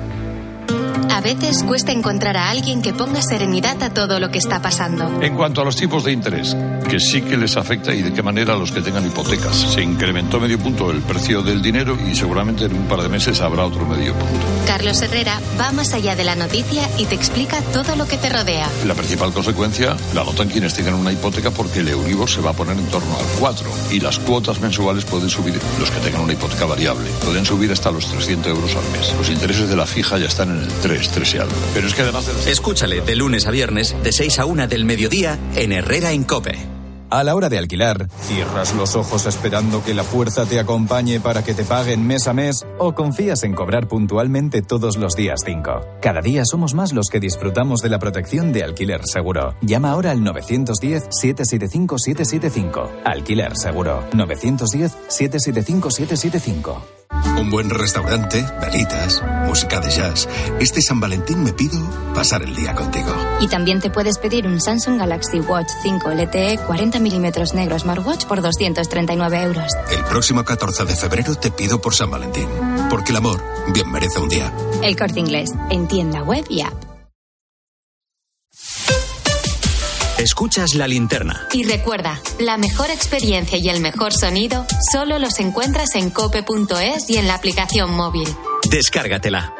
A veces cuesta encontrar a alguien que ponga serenidad a todo lo que está pasando. En cuanto a los tipos de interés, que sí que les afecta y de qué manera a los que tengan hipotecas. Se incrementó medio punto el precio del dinero y seguramente en un par de meses habrá otro medio punto. Carlos Herrera va más allá de la noticia y te explica todo lo que te rodea. La principal consecuencia la notan quienes tengan una hipoteca porque el Euribor se va a poner en torno al cuatro y las cuotas mensuales pueden subir, los que tengan una hipoteca variable, pueden subir hasta los trescientos euros al mes. Los intereses de la fija ya están en el tres, tres y algo. Pero es que además de... Escúchale de lunes a viernes de seis a una del mediodía en Herrera en COPE. A la hora de alquilar, ¿cierras los ojos esperando que la fuerza te acompañe para que te paguen mes a mes o confías en cobrar puntualmente todos los días cinco? Cada día somos más los que disfrutamos de la protección de Alquiler Seguro. Llama ahora al nueve uno cero, siete siete cinco, siete siete cinco. Alquiler Seguro. nueve uno cero, siete siete cinco, siete siete cinco. Un buen restaurante, velitas, música de jazz. Este San Valentín me pido pasar el día contigo. Y también te puedes pedir un Samsung Galaxy Watch cinco L T E cuarenta milímetros negro Smartwatch por doscientos treinta y nueve euros. El próximo catorce de febrero te pido por San Valentín. Porque el amor bien merece un día. El Corte Inglés, en tienda web y app. Escuchas La Linterna. Y recuerda, la mejor experiencia y el mejor sonido solo los encuentras en cope punto es y en la aplicación móvil. Descárgatela.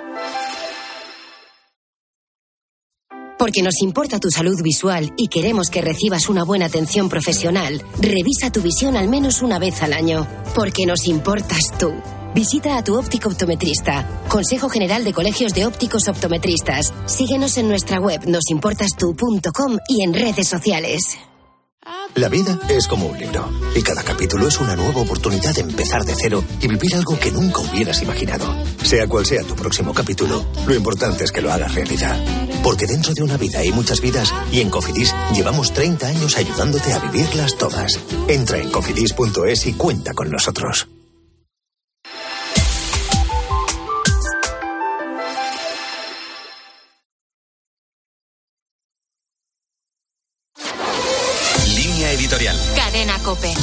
Porque nos importa tu salud visual y queremos que recibas una buena atención profesional, revisa tu visión al menos una vez al año. Porque nos importas tú. Visita a tu óptico optometrista. Consejo General de Colegios de Ópticos Optometristas. Síguenos en nuestra web nos importas tú punto com y en redes sociales. La vida es como un libro y cada capítulo es una nueva oportunidad de empezar de cero y vivir algo que nunca hubieras imaginado. Sea cual sea tu próximo capítulo, lo importante es que lo hagas realidad. Porque dentro de una vida hay muchas vidas y en Cofidis llevamos treinta años ayudándote a vivirlas todas. Entra en cofidis punto es y cuenta con nosotros. Editorial. Cadena COPE.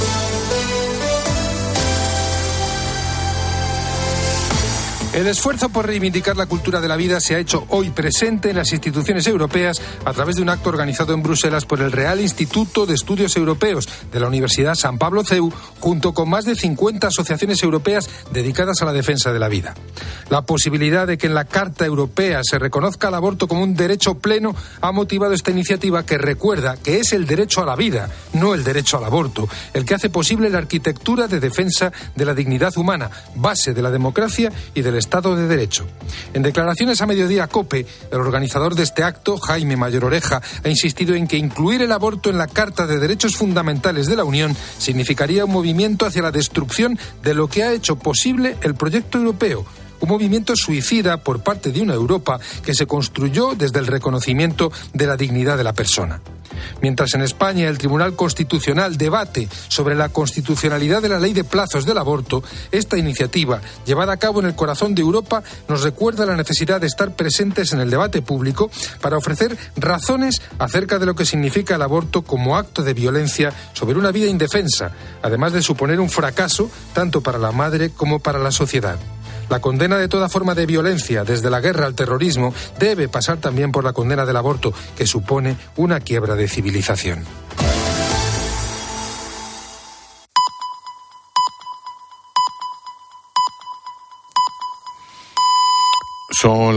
El esfuerzo por reivindicar la cultura de la vida se ha hecho hoy presente en las instituciones europeas a través de un acto organizado en Bruselas por el Real Instituto de Estudios Europeos de la Universidad San Pablo C E U, junto con más de cincuenta asociaciones europeas dedicadas a la defensa de la vida. La posibilidad de que en la Carta Europea se reconozca el aborto como un derecho pleno ha motivado esta iniciativa que recuerda que es el derecho a la vida, no el derecho al aborto, el que hace posible la arquitectura de defensa de la dignidad humana, base de la democracia y del Estado Estado de Derecho. En declaraciones a Mediodía COPE, el organizador de este acto, Jaime Mayor Oreja, ha insistido en que incluir el aborto en la Carta de Derechos Fundamentales de la Unión significaría un movimiento hacia la destrucción de lo que ha hecho posible el proyecto europeo. Un movimiento suicida por parte de una Europa que se construyó desde el reconocimiento de la dignidad de la persona. Mientras en España el Tribunal Constitucional debate sobre la constitucionalidad de la ley de plazos del aborto, esta iniciativa, llevada a cabo en el corazón de Europa, nos recuerda la necesidad de estar presentes en el debate público para ofrecer razones acerca de lo que significa el aborto como acto de violencia sobre una vida indefensa, además de suponer un fracaso tanto para la madre como para la sociedad. La condena de toda forma de violencia, desde la guerra al terrorismo, debe pasar también por la condena del aborto, que supone una quiebra de civilización. Son